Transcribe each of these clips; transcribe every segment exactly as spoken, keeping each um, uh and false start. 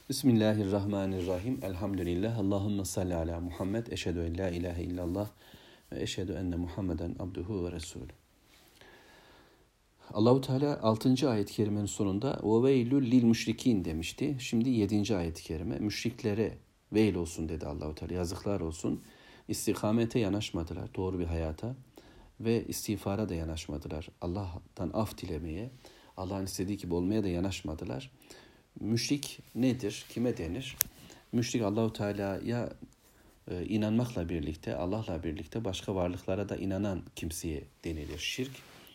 Bismillahirrahmanirrahim. Elhamdülillah. Allahümme salli ala Muhammed. Eşhedü en la ilahe illallah ve eşhedü enne Muhammeden abduhu ve resulü. Allahu Teala altıncı ayet-i kerimenin sonunda ve veylül lil müşrikin demişti. Şimdi yedinci ayet-i kerime müşriklere veil olsun dedi Allahu Teala. Yazıklar olsun. İstikamete yanaşmadılar, doğru bir hayata ve istiğfara da yanaşmadılar. Allah'tan af dilemeye, Allah'ın istediği gibi olmaya da yanaşmadılar. Müşrik nedir? Kime denir? Müşrik Allahu Teala'ya e, inanmakla birlikte, Allah'la birlikte başka varlıklara da inanan kimseye denilir. Şirk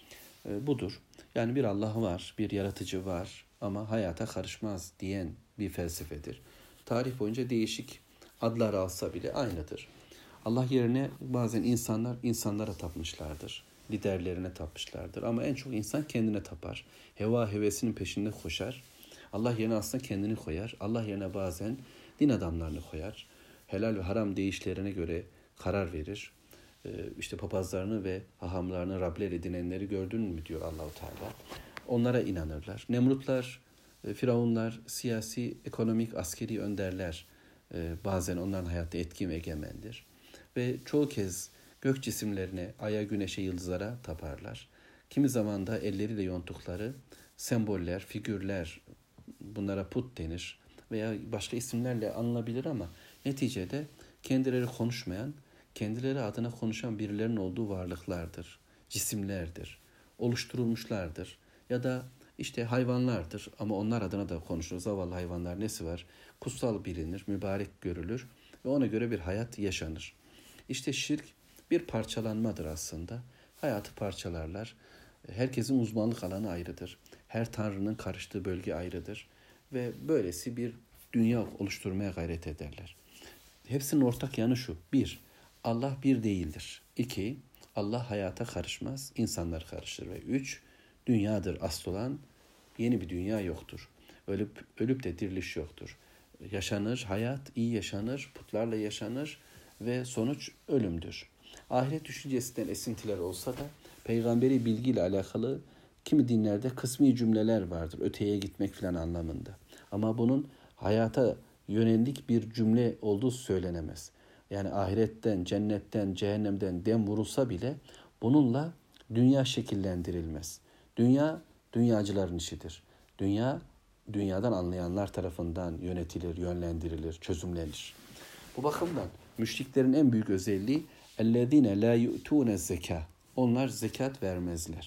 e, budur. Yani bir Allah var, bir yaratıcı var ama hayata karışmaz diyen bir felsefedir. Tarih boyunca değişik adlar alsa bile aynıdır. Allah yerine bazen insanlar insanlara tapmışlardır. Liderlerine tapmışlardır. Ama en çok insan kendine tapar. Heva hevesinin peşinde koşar. Allah yerine aslında kendini koyar. Allah yerine bazen din adamlarını koyar. Helal ve haram deyişlerine göre karar verir. Ee, işte papazlarını ve hahamlarını Rabler edinenleri gördün mü diyor Allah-u Teala. Onlara inanırlar. Nemrutlar, e, firavunlar, siyasi, ekonomik, askeri önderler e, bazen onların hayatta etkin ve egemendir. Ve çoğu kez gök cisimlerine, aya, güneşe, yıldızlara taparlar. Kimi zaman da elleriyle yonttukları semboller, figürler, bunlara put denir veya başka isimlerle anılabilir ama neticede kendileri konuşmayan, kendileri adına konuşan birilerinin olduğu varlıklardır, cisimlerdir, oluşturulmuşlardır ya da işte hayvanlardır ama onlar adına da konuşulur. Zavallı hayvanlar nesi var? Kutsal bilinir, mübarek görülür ve ona göre bir hayat yaşanır. İşte şirk bir parçalanmadır aslında. Hayatı parçalarlar. Herkesin uzmanlık alanı ayrıdır. Her tanrının karıştığı bölge ayrıdır. Ve böylesi bir dünya oluşturmaya gayret ederler. Hepsinin ortak yanı şu. Bir, Allah bir değildir. İki, Allah hayata karışmaz, insanlar karışır. Ve üç, dünyadır asıl olan, yeni bir dünya yoktur. Ölüp, ölüp de diriliş yoktur. Yaşanır, hayat iyi yaşanır, putlarla yaşanır ve sonuç ölümdür. Ahiret düşüncesinden esintiler olsa da peygamberi bilgiyle alakalı kimi dinlerde kısmi cümleler vardır. Öteye gitmek falan anlamında. Ama bunun hayata yönelik bir cümle olduğu söylenemez. Yani ahiretten, cennetten, cehennemden dem vurulsa bile bununla dünya şekillendirilmez. Dünya, dünyacıların işidir. Dünya, dünyadan anlayanlar tarafından yönetilir, yönlendirilir, çözümlenir. Bu bakımdan müşriklerin en büyük özelliği اَلَّذ۪ينَ لَا يُؤْتُونَ الزَّكَاةِ Onlar zekat vermezler.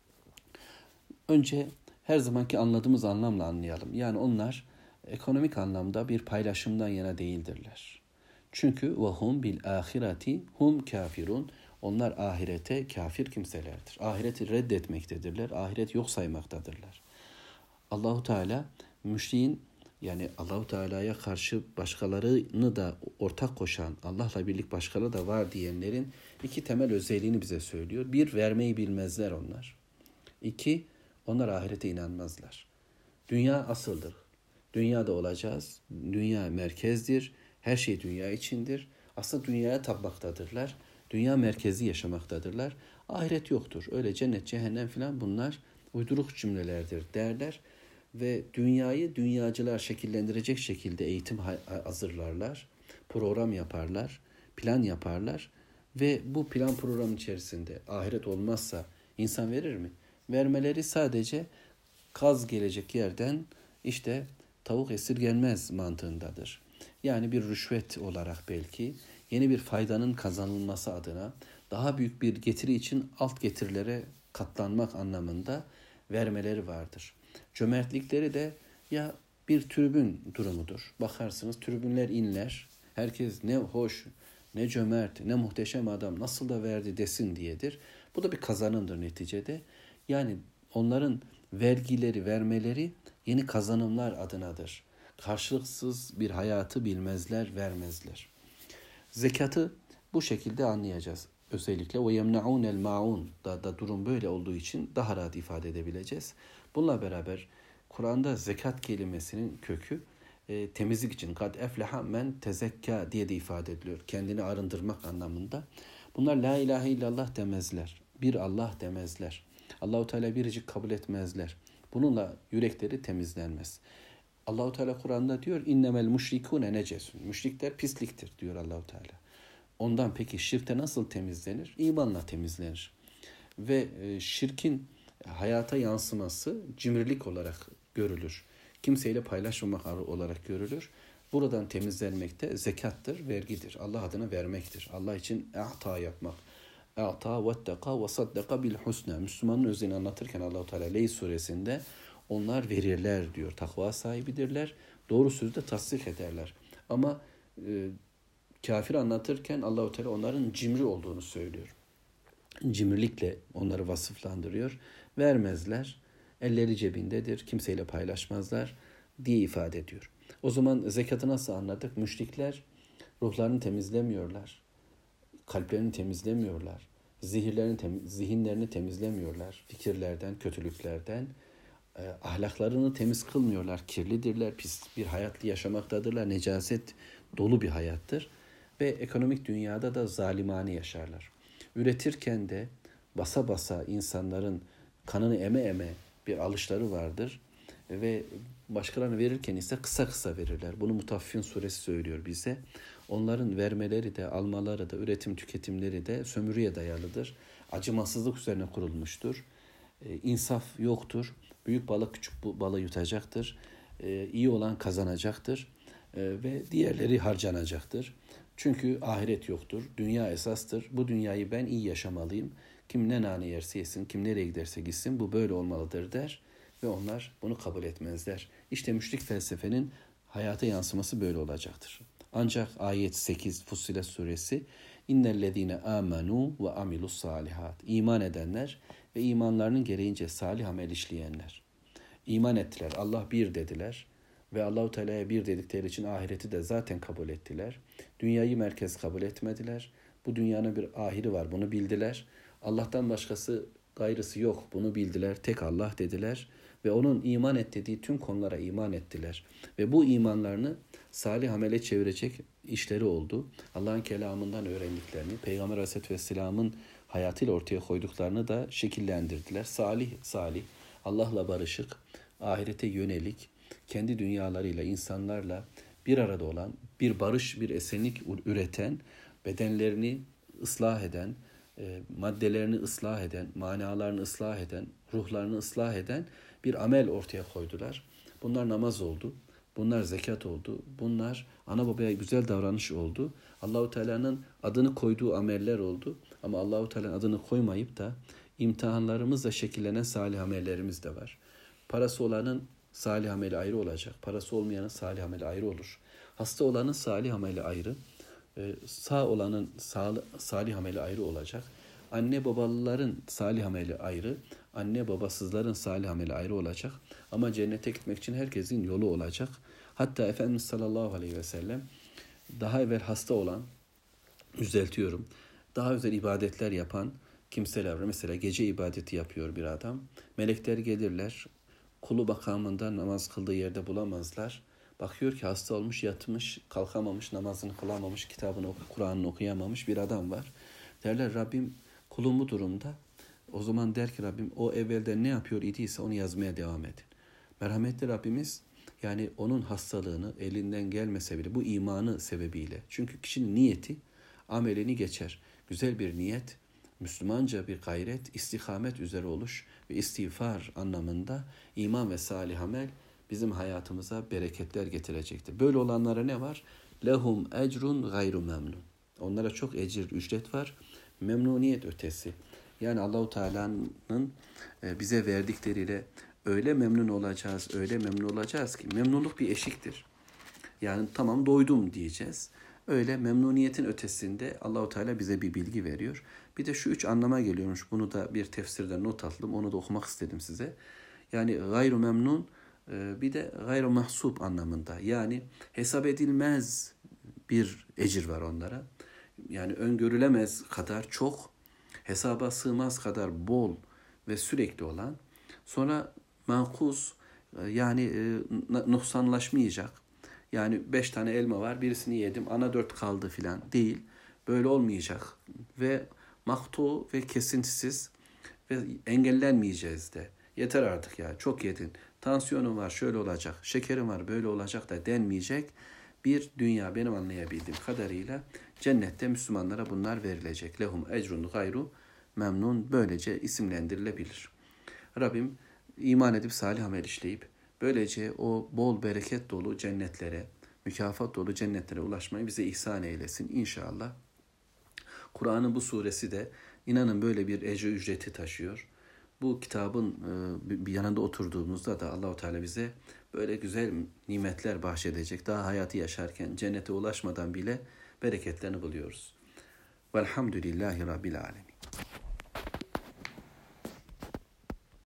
Önce her zamanki anladığımız anlamla anlayalım. Yani onlar ekonomik anlamda bir paylaşımdan yana değildirler. Çünkü وَهُمْ بِالْآخِرَةِ hum kafirun. Onlar ahirete kafir kimselerdir. Ahireti reddetmektedirler. Ahiret yok saymaktadırlar. Allahu Teala müşriğin yani Allahu Teala'ya karşı başkalarını da ortak koşan, Allah'la birlik başkaları da var diyenlerin iki temel özelliğini bize söylüyor. Bir, vermeyi bilmezler onlar. İki, onlar ahirete inanmazlar. Dünya asıldır. Dünyada olacağız. Dünya merkezdir. Her şey dünya içindir. Aslında dünyaya tapmaktadırlar. Dünya merkezi yaşamaktadırlar. Ahiret yoktur. Öyle cennet, cehennem filan bunlar uyduruk cümlelerdir derler. Ve dünyayı dünyacılar şekillendirecek şekilde eğitim hazırlarlar. Program yaparlar. Plan yaparlar. Ve bu plan program içerisinde ahiret olmazsa insan verir mi? Vermeleri sadece kaz gelecek yerden işte tavuk esirgenmez mantığındadır. Yani bir rüşvet olarak belki yeni bir faydanın kazanılması adına daha büyük bir getiri için alt getirilere katlanmak anlamında vermeleri vardır. Cömertlikleri de ya bir tribün durumudur. Bakarsınız tribünler inler. Herkes ne hoş, ne cömert, ne muhteşem adam nasıl da verdi desin diyedir. Bu da bir kazanımdır neticede. Yani onların vergileri vermeleri yeni kazanımlar adınadır. Karşılıksız bir hayatı bilmezler, vermezler. Zekatı bu şekilde anlayacağız. Özellikle o yemnaun el maun da, da durum böyle olduğu için daha rahat ifade edebileceğiz. Bununla beraber Kur'an'da zekat kelimesinin kökü e, temizlik için kad efleha men tezekka diye de ifade ediliyor. Kendini arındırmak anlamında. Bunlar la ilahe illallah demezler. Bir Allah demezler. Allahu Teala biricik kabul etmezler. Bununla yürekleri temizlenmez. Allahu Teala Kur'an'da diyor innemel müşrikûne necesun. Müşrikler pisliktir diyor Allahu Teala. Ondan peki şirkte nasıl temizlenir? İmanla temizlenir. Ve e, şirkin hayata yansıması cimrilik olarak görülür. Kimseyle paylaşmamak olarak görülür. Buradan temizlenmek de zekattır, vergidir. Allah adına vermektir. Allah için a'ta yapmak. A'ta vetteka ve saddaka bil husna. Müslümanın özelliğini anlatırken Allah-u Teala Leyl suresinde onlar verirler diyor. Takva sahibidirler. Doğru sözü de tasdik ederler. Ama e, kafir anlatırken Allah-u Teala onların cimri olduğunu söylüyor. Cimrilikle onları vasıflandırıyor. Vermezler. Elleri cebindedir. Kimseyle paylaşmazlar diye ifade ediyor. O zaman zekatı nasıl anladık? Müşrikler ruhlarını temizlemiyorlar. Kalplerini temizlemiyorlar. Zihirlerini, tem- zihinlerini temizlemiyorlar. Fikirlerden, kötülüklerden. E, ahlaklarını temiz kılmıyorlar. Kirlidirler, pis bir hayatlı yaşamaktadırlar. Necaset dolu bir hayattır. Ve ekonomik dünyada da zalimane yaşarlar. Üretirken de basa basa insanların kanını eme eme bir alışları vardır. Ve başkalarına verirken ise kısa kısa verirler. Bunu Mutaffifin suresi söylüyor bize. Onların vermeleri de, almaları da, üretim tüketimleri de sömürüye dayalıdır. Acımasızlık üzerine kurulmuştur. Ee, insaf yoktur. Büyük balık küçük balığı yutacaktır. Ee, iyi olan kazanacaktır. Ee, ve diğerleri harcanacaktır. Çünkü ahiret yoktur. Dünya esastır. Bu dünyayı ben iyi yaşamalıyım. Kim ne nane yerse yesin, kim nereye giderse gitsin. Bu böyle olmalıdır der. Ve onlar bunu kabul etmezler. İşte müşrik felsefenin hayata yansıması böyle olacaktır. Ancak ayet sekiz Fussilet suresi İnnellezîne âmenû ve amilus salihat. İman edenler ve imanlarının gereğince salih amel işleyenler. İman ettiler. Allah bir dediler. Ve Allahu Teala'ya bir dedikleri için ahireti de zaten kabul ettiler. Dünyayı merkez kabul etmediler. Bu dünyanın bir ahiri var. Bunu bildiler. Allah'tan başkası gayrısı yok. Bunu bildiler. Tek Allah dediler. Ve onun iman et dediği tüm konulara iman ettiler. Ve bu imanlarını salih amele çevirecek işleri oldu. Allah'ın kelamından öğrendiklerini, Peygamber Aleyhisselatü Vesselam'ın hayatıyla ortaya koyduklarını da şekillendirdiler. Salih, salih, Allah'la barışık, ahirete yönelik, kendi dünyalarıyla, insanlarla bir arada olan, bir barış, bir esenlik üreten, bedenlerini ıslah eden, maddelerini ıslah eden, manalarını ıslah eden, ruhlarını ıslah eden bir amel ortaya koydular. Bunlar namaz oldu. Bunlar zekat oldu. Bunlar ana babaya güzel davranış oldu. Allahu Teala'nın adını koyduğu ameller oldu. Ama Allahu Teala'nın adını koymayıp da imtihanlarımızla şekillenen salih amellerimiz de var. Parası olanın salih ameli ayrı olacak. Parası olmayanın salih ameli ayrı olur. Hasta olanın salih ameli ayrı. Sağ olanın salih ameli ayrı olacak. Anne babalıların salih ameli ayrı. Anne babasızların salih ameli ayrı olacak. Ama cennete gitmek için herkesin yolu olacak. Hatta Efendimiz sallallahu aleyhi ve sellem daha evvel hasta olan, düzeltiyorum, daha özel ibadetler yapan kimseler var. Mesela gece ibadeti yapıyor bir adam. Melekler gelirler. Kulu makamında namaz kıldığı yerde bulamazlar. Bakıyor ki hasta olmuş, yatmış, kalkamamış, namazını kılamamış, kitabını, Kur'an'ını okuyamamış bir adam var. Derler Rabbim kulum bu durumda. O zaman der ki Rabbim o evvelden ne yapıyor idiyse onu yazmaya devam edin. Merhametli Rabbimiz yani onun hastalığını elinden gelmese bile bu imanı sebebiyle. Çünkü kişinin niyeti amelini geçer. Güzel bir niyet, Müslümanca bir gayret, istikamet üzere oluş ve istiğfar anlamında iman ve salih amel bizim hayatımıza bereketler getirecektir. Böyle olanlara ne var? Lehum ecrun gayru memnun. Onlara çok ecir, ücret var. Memnuniyet ötesi. Yani Allahu Teala'nın bize verdikleriyle öyle memnun olacağız, öyle memnun olacağız ki memnunluk bir eşiktir. Yani tamam doydum diyeceğiz. Öyle memnuniyetin ötesinde Allahu Teala bize bir bilgi veriyor. Bir de şu üç anlama geliyormuş. Bunu da bir tefsirde not aldım. Onu da okumak istedim size. Yani gayru memnun bir de gayru mahsub anlamında. Yani hesap edilmez bir ecir var onlara. Yani öngörülemez kadar çok, hesaba sığmaz kadar bol ve sürekli olan. Sonra mankus yani noksanlaşmayacak. Yani beş tane elma var, birisini yedim, ana dört kaldı filan değil. Böyle olmayacak. Ve maktu ve kesintisiz ve engellenmeyeceğiz de. Yeter artık ya, çok yedin. tansiyonum var şöyle olacak, şekerim var böyle olacak da denmeyecek bir dünya benim anlayabildiğim kadarıyla cennette Müslümanlara bunlar verilecek. Lehum ecrun gayru memnun böylece isimlendirilebilir. Rabbim iman edip salih amel işleyip böylece o bol bereket dolu cennetlere, mükafat dolu cennetlere ulaşmayı bize ihsan eylesin inşallah. Kur'an'ın bu suresi de inanın böyle bir ecre ücreti taşıyor. Bu kitabın bir yanında oturduğumuzda da Allah-u Teala bize böyle güzel nimetler bahşedecek. Daha hayatı yaşarken cennete ulaşmadan bile bereketlerini buluyoruz. Velhamdülillahi Rabbil Alemin.